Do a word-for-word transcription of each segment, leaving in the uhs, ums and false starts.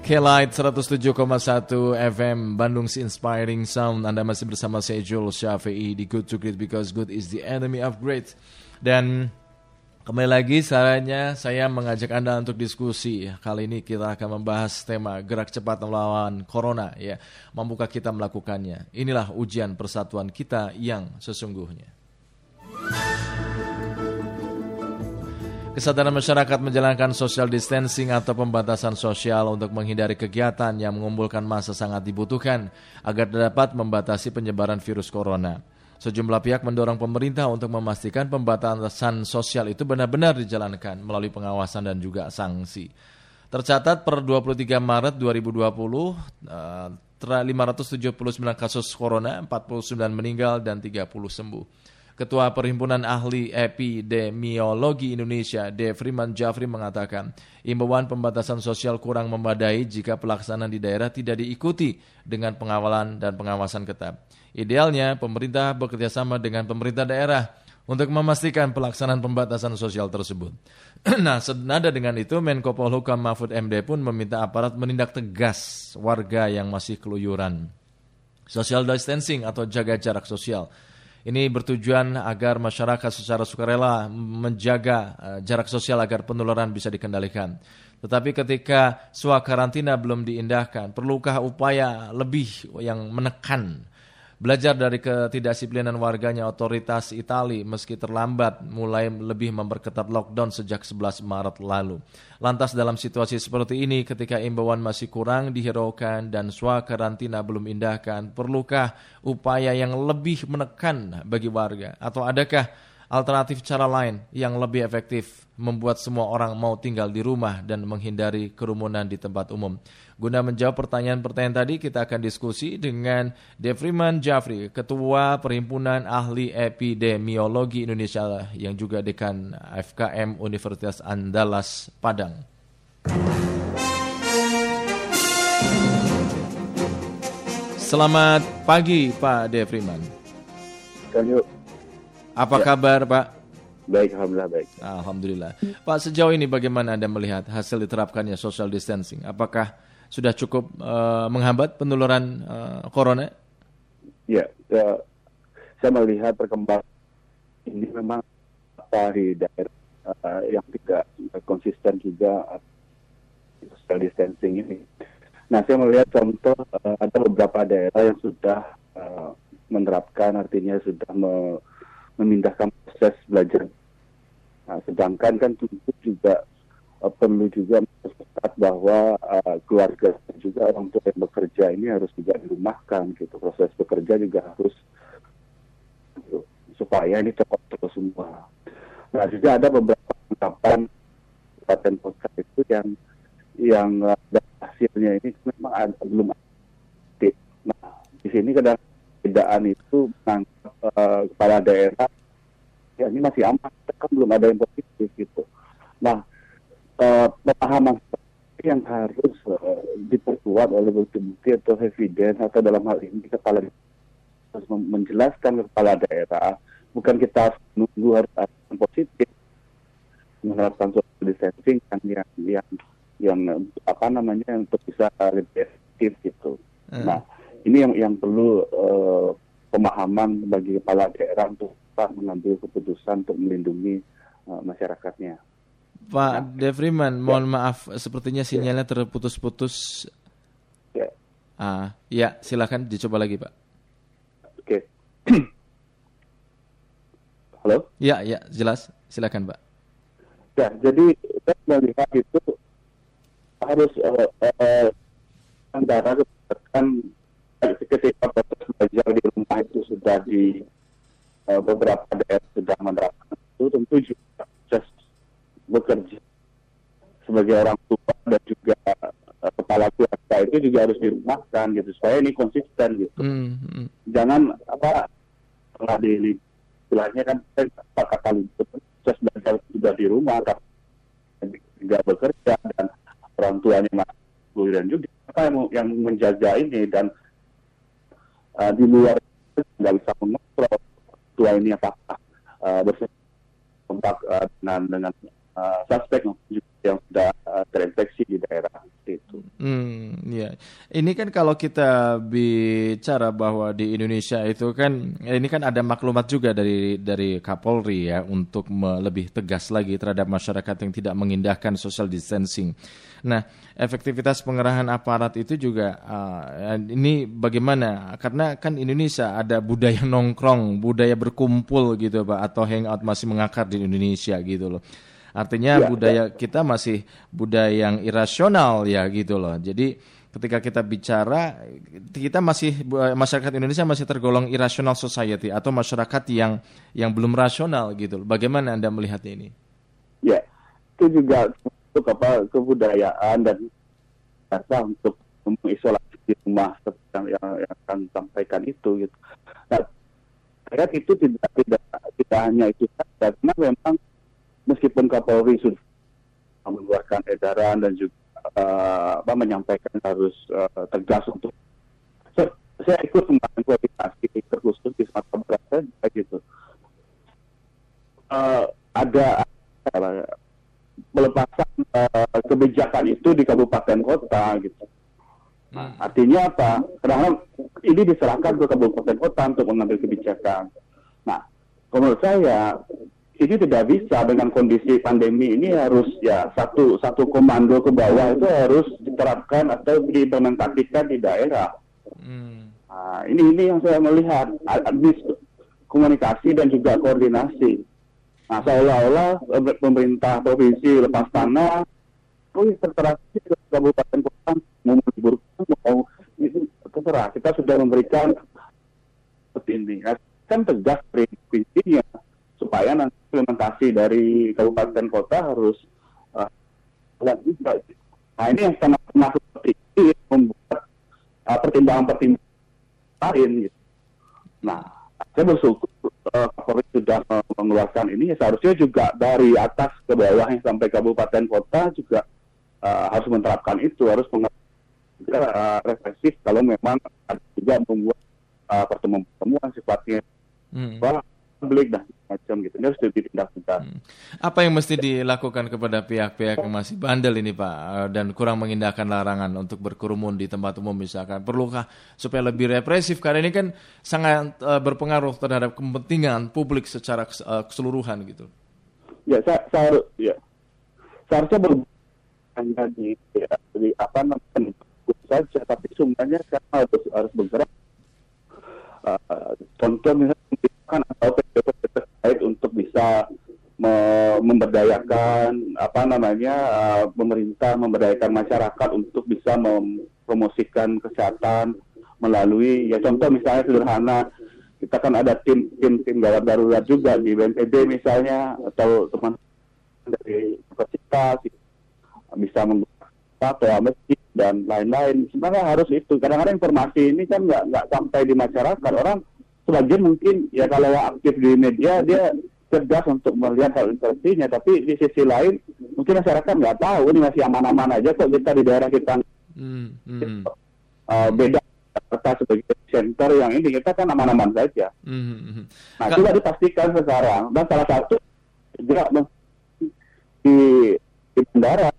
K-Light seratus tujuh koma satu F M Bandung's Inspiring Sound. Anda masih bersama saya Jules Syafi'i di Good to Great because good is the enemy of great. Dan kembali lagi sarannya saya mengajak Anda untuk diskusi. Kali ini kita akan membahas tema gerak cepat melawan Corona ya. Mampukah kita melakukannya? Inilah ujian persatuan kita yang sesungguhnya. Kesadaran masyarakat menjalankan social distancing atau pembatasan sosial untuk menghindari kegiatan yang mengumpulkan massa sangat dibutuhkan agar dapat membatasi penyebaran virus corona. Sejumlah pihak mendorong pemerintah untuk memastikan pembatasan sosial itu benar-benar dijalankan melalui pengawasan dan juga sanksi. Tercatat per dua puluh tiga Maret dua ribu dua puluh, lima ratus tujuh puluh sembilan kasus corona, empat puluh sembilan meninggal dan tiga puluh sembuh. Ketua Perhimpunan Ahli Epidemiologi Indonesia, D. Freeman Jafri mengatakan, imbauan pembatasan sosial kurang memadai jika pelaksanaan di daerah tidak diikuti dengan pengawalan dan pengawasan ketat. Idealnya, pemerintah bekerjasama dengan pemerintah daerah untuk memastikan pelaksanaan pembatasan sosial tersebut. Nah, senada dengan itu, Menko Polhukam Mahfud M D pun meminta aparat menindak tegas warga yang masih keluyuran. Social distancing atau jaga jarak sosial. Ini bertujuan agar masyarakat secara sukarela menjaga uh, jarak sosial agar penularan bisa dikendalikan. Tetapi ketika swakarantina belum diindahkan, perlukah upaya lebih yang menekan? Belajar dari ketidakdisiplinan warganya, otoritas Itali meski terlambat mulai lebih memperketat lockdown sejak sebelas Maret lalu. Lantas dalam situasi seperti ini ketika imbauan masih kurang dihiraukan dan swakarantina belum indahkan, perlukah upaya yang lebih menekan bagi warga? Atau adakah alternatif cara lain yang lebih efektif membuat semua orang mau tinggal di rumah dan menghindari kerumunan di tempat umum? Guna menjawab pertanyaan-pertanyaan tadi, kita akan diskusi dengan D. Freeman Jafri, Ketua Perhimpunan Ahli Epidemiologi Indonesia yang juga Dekan F K M Universitas Andalas Padang. Selamat pagi Pak D. Freeman. Apa ya. Kabar Pak? Baik, Alhamdulillah baik. Alhamdulillah. Pak, sejauh ini bagaimana Anda melihat hasil diterapkannya social distancing? Apakah sudah cukup uh, menghambat penularan uh, corona? Ya, ya, saya melihat perkembangan ini memang apa di daerah uh, yang tidak konsisten juga uh, social distancing ini. Nah, saya melihat contoh uh, ada beberapa daerah yang sudah uh, menerapkan, artinya sudah me- memindahkan proses belajar. Nah, sedangkan kan tentu juga uh, perlu juga memperketat bahwa uh, keluarga juga orang tua yang bekerja ini harus juga dirumahkan gitu. Proses bekerja juga harus gitu, supaya ini terkontrol semua. Nah, juga ada beberapa ungkapan kabupaten kota itu yang yang uh, hasilnya ini memang ada, belum ada. Nah, di sini kadang perbedaan itu menangkap uh, kepala daerah ya ini masih aman, kan belum ada yang positif gitu. Nah, uh, pemahaman yang harus uh, diperkuat oleh bukti-bukti atau evidence atau dalam hal ini kepala harus menjelaskan ke kepala daerah, bukan kita menunggu harus ada yang positif menerapkan social distancing kan yang yang yang apa namanya yang bisa lebih efektif gitu. Hmm. Nah, ini yang yang perlu uh, pemahaman bagi kepala daerah untuk mengambil keputusan untuk melindungi uh, masyarakatnya. Pak nah, De Freeman, mohon ya. maaf, sepertinya sinyalnya ya. terputus-putus. Ya, ah, ya, silakan dicoba lagi, Pak. Oke. Halo? Ya, ya, jelas. Silakan, Pak. Ya, jadi kita melihat itu harus uh, uh, antara kebijakan ketika proses belajar di rumah itu sudah di uh, beberapa daerah sudah menerapkan itu, tentu juga proses bekerja sebagai orang tua dan juga uh, kepala keluarga itu juga harus dirumahkan gitu supaya ini konsisten gitu. Mm-hmm. Jangan apa setelah di istilahnya kan kata kali itu proses belajar sudah di rumah tapi tidak bekerja dan orang tuanya masih dan juga apa yang, yang menjaga ini dan uh, di luar tidak bisa mengontrol tua ini apakah uh, berkontak uh, dengan dengan uh, suspek yang sudah uh, terinfeksi di daerah seperti itu. Hmm, ya. Ini kan kalau kita bicara bahwa di Indonesia itu kan, ini kan ada maklumat juga dari dari Kapolri ya untuk me- lebih tegas lagi terhadap masyarakat yang tidak mengindahkan social distancing. Nah, efektivitas pengerahan aparat itu juga uh, ini bagaimana? Karena kan Indonesia ada budaya nongkrong, budaya berkumpul gitu Pak, atau hangout masih mengakar di Indonesia gitu loh. Artinya Ya, budaya ya. kita masih budaya yang irasional ya gitu loh. Jadi ketika kita bicara, kita masih masyarakat Indonesia masih tergolong irrational society atau masyarakat yang yang belum rasional gitu loh. Bagaimana Anda melihat ini? Ya, itu juga untuk apa kebudayaan dan rasa untuk mengisolasi di rumah seperti yang, yang, yang akan sampaikan itu gitu. Nah, saya itu tidak tidak tidak hanya itu saja, karena memang meskipun Kapolri sudah mengeluarkan edaran dan juga uh, apa, menyampaikan harus uh, tegas untuk saya, saya ikut kemarin koordinasi terkhusus di Sumatera Barat saya gitu. Uh, ada uh, pelepasan uh, kebijakan itu di kabupaten kota gitu. Nah, artinya apa? Karena ini diserahkan ke kabupaten kota untuk mengambil kebijakan. Nah, menurut saya ini tidak bisa dengan kondisi pandemi ini harus ya satu satu komando ke bawah itu harus diterapkan atau diimplementasikan di daerah. Hmm. Nah, ini ini yang saya melihat habis komunikasi dan juga koordinasi. Nah, seolah-olah pemerintah provinsi lepas tanah, oh terserah ke kabupaten kota mau meliburkan mau itu terserah. Kita sudah memberikan seperti ini. Kan tegas prinsipnya supaya nanti implementasi dari kabupaten kota harus uh, juga. Nah ini yang sama masuk seperti ini membuat uh, pertimbangan-pertimbangan lain. Gitu. Nah saya bersyukur uh, Kapolri sudah uh, mengeluarkan ini. Seharusnya juga dari atas ke bawah yang sampai kabupaten kota juga uh, harus menerapkan itu, harus mengerti uh, represif kalau memang ada juga membuat uh, pertemuan-pertemuan sifatnya hmm. publik dan macam gitu, ini harus ditindak-tindak. Hmm. Apa yang mesti dilakukan kepada pihak-pihak yang masih bandel ini Pak dan kurang mengindahkan larangan untuk berkerumun di tempat umum misalkan? Perlukah supaya lebih represif? Karena ini kan sangat uh, berpengaruh terhadap kepentingan publik secara uh, keseluruhan gitu. Ya, saya, saya ya seharusnya berhanya di, ya, di apa namanya saja, tapi semuanya kan harus harus bergerak. Uh, contoh misalnya kan atau P D P terkait untuk bisa me- memberdayakan apa namanya uh, pemerintah memberdayakan masyarakat untuk bisa mempromosikan kesehatan melalui ya contoh misalnya sederhana kita kan ada tim tim tim gawat darurat juga di B N P B misalnya atau teman dari universitas bisa menggunakan masjid dan lain-lain. Sebenarnya harus itu. Kadang-kadang informasi ini kan nggak nggak sampai di masyarakat. Orang sebagian mungkin ya kalau aktif di media dia cerdas untuk melihat hal informasinya, tapi di sisi lain mungkin masyarakat nggak tahu ini masih aman-aman aja kok kita di daerah kita hmm, hmm. Uh, beda kita sebagai center yang ini kita kan aman-aman saja. Hmm. Nah K- coba dipastikan sekarang dan salah satu juga di, di bandara.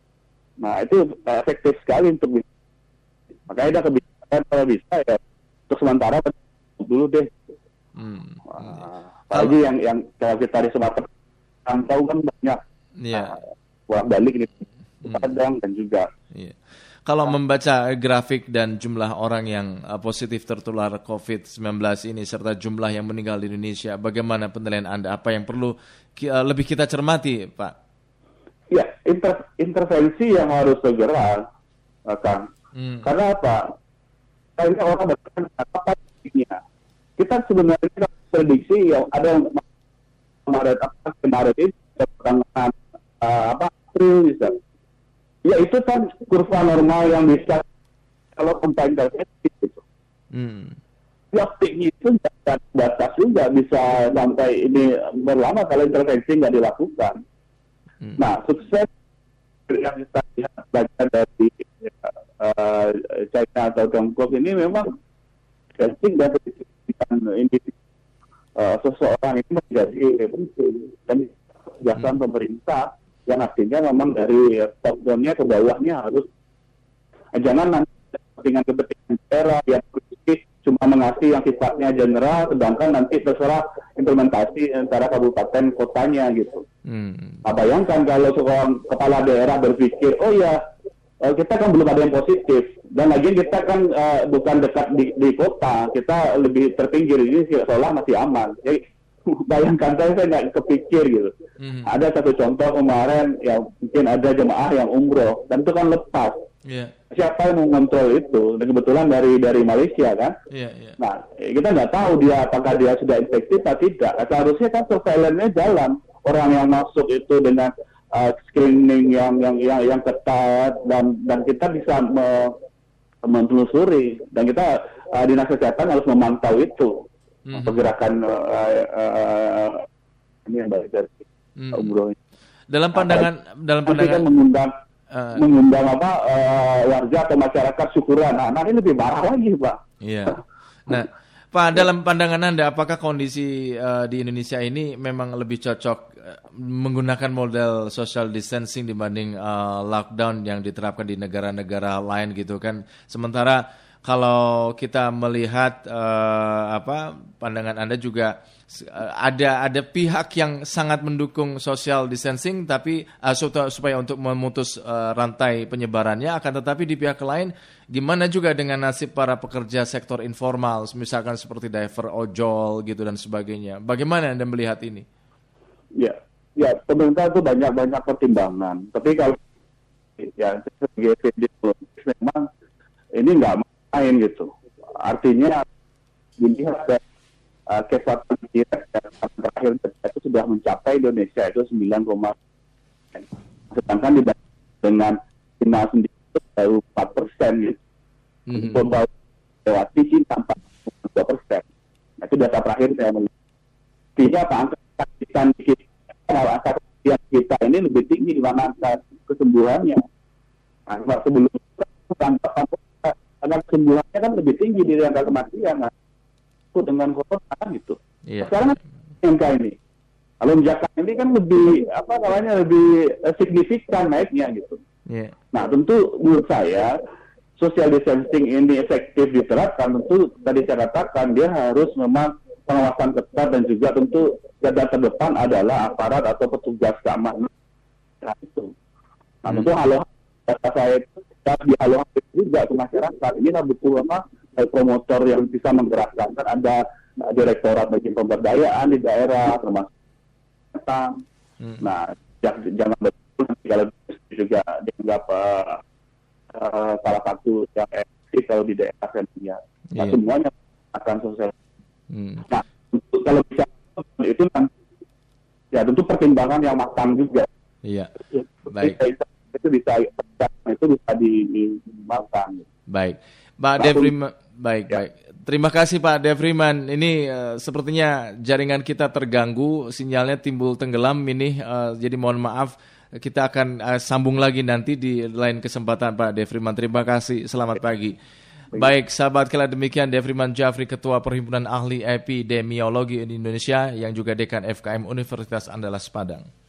Nah itu efektif sekali untuk makanya ada kebijakan kalau bisa ya untuk sementara dulu deh. Hmm. Wah, apalagi yang yang kalau kita di Sumatera kan tahu kan banyak. Iya. Yeah. Bolak balik ini Padang hmm. dan juga. Iya. Kalau nah. membaca grafik dan jumlah orang yang uh, positif tertular covid sembilan belas ini serta jumlah yang meninggal di Indonesia, bagaimana penilaian Anda? Apa yang perlu ki- uh, lebih kita cermati, Pak? Ya, inter- intervensi yang harus segera, uh, Kang. Hmm. Karena apa? Kayaknya orang bertanya apa ini? Kita sebenarnya prediksi yang ada yang kemarin apa kemarin ini pertengahan uh, apa April bisa. Ya itu kan kurva normal yang bisa kalau komplain intervensi gitu. Hmm. Ya tinggi itu tidak batas juga bisa sampai ini berlama kalau intervensi nggak dilakukan. Hmm. Nah sukses yang kita lihat belajar dari uh, China atau Tiongkok ini memang testing dan ini uh, seseorang ini menjadi penting dan kebijakan hmm. pemerintah yang artinya memang dari top down-nya ke bawahnya harus Jangan nanti kepentingan-kepentingan daerah yang cuma mengasih yang sifatnya general, sedangkan nanti terserah implementasi antara kabupaten kotanya gitu. Hmm. Nah, bayangkan kalau seorang kepala daerah berpikir, oh ya kita kan belum ada yang positif, dan lagi kita kan uh, bukan dekat di, di kota, kita lebih terpinggir, ini seolah masih aman. Jadi bayangkan saya, saya nggak kepikir gitu. Hmm. Ada satu contoh kemarin, ya mungkin ada jemaah yang umroh, dan itu kan lepas. Yeah. Siapa yang mengontrol itu? Dan kebetulan dari dari Malaysia kan. Yeah, yeah. Nah, kita nggak tahu dia apakah dia sudah infeksi atau tidak. Seharusnya kan surveillance-nya jalan. Orang yang masuk itu dengan uh, screening yang yang yang yang ketat, dan dan kita bisa me, menelusuri, dan kita uh, dinas kesehatan harus memantau itu mm-hmm. pergerakan uh, uh, ini yang baik dari mm-hmm. umroh. Dalam pandangan nah, dalam pandangan kan mengundang Uh, mengundang apa uh, warga atau masyarakat syukuran. Nah, nah ini lebih parah lagi, Pak. Iya. Nah, Pak, dalam pandangan Anda, apakah kondisi uh, di Indonesia ini memang lebih cocok uh, menggunakan model social distancing dibanding uh, lockdown yang diterapkan di negara-negara lain gitu kan? Sementara kalau kita melihat uh, apa pandangan Anda juga ada ada pihak yang sangat mendukung social distancing, tapi uh, supaya untuk memutus uh, rantai penyebarannya, akan tetapi di pihak lain gimana juga dengan nasib para pekerja sektor informal, misalkan seperti driver ojol gitu dan sebagainya. Bagaimana Anda melihat ini? Ya, ya pemerintah itu banyak banyak pertimbangan. Tapi kalau ya sebagai epidemiologis memang ini nggak main gitu. Artinya dilihat dari Uh, kesehatan direct dan terakhir itu sudah mencapai Indonesia itu sembilan koma persen. Sedangkan dibanding dengan China sendiri itu baru empat persen gitu. Mm-hmm. Baru lewati China empat puluh dua persen. Nah, itu data terakhir saya melihat. Artinya apa? Angka kesakitan kita, angka kesakitan kita ini lebih tinggi dibanding angka kesembuhannya. Nah, sebelum itu angka kesembuhannya kan lebih tinggi dari angka kematian. Nah, dengan corona gitu. Yeah. Sekarang angka ini, kalau lonjakan ini kan lebih apa namanya lebih uh, signifikan naiknya gitu. Yeah. Nah tentu menurut saya social distancing ini efektif diterapkan, tentu tadi saya katakan dia harus memang pengawasan ketat, dan juga tentu garda terdepan adalah aparat atau petugas keamanan. Nah itu. Nah tentu hmm. halo data saya itu di halo juga ke masyarakat. Ini lah butuh apa? Promotor yang bisa menggerakkan. Kan ada uh, direktorat bagi pemberdayaan di daerah termasuk hmm. Nah jangan, jangan betul nanti kalau juga dianggap uh, uh, salah satu yang eksis kalau di daerah dunia. Nah yeah. semuanya akan sosial. Hmm. Nah untuk, kalau bisa itu nanti ya tentu pertimbangan yang matang juga. Iya. Yeah. Baik. Itu, itu bisa itu bisa dimakan. Baik. Pak Devriman, baik, ya. baik. Terima kasih Pak Devriman. Ini uh, sepertinya jaringan kita terganggu, sinyalnya timbul tenggelam ini. Uh, jadi mohon maaf, kita akan uh, sambung lagi nanti di lain kesempatan Pak Devriman. Terima kasih, selamat pagi. Baik, sahabat kala demikian Devriman Jafri, Ketua Perhimpunan Ahli Epidemiologi Indonesia yang juga Dekan F K M Universitas Andalas Padang.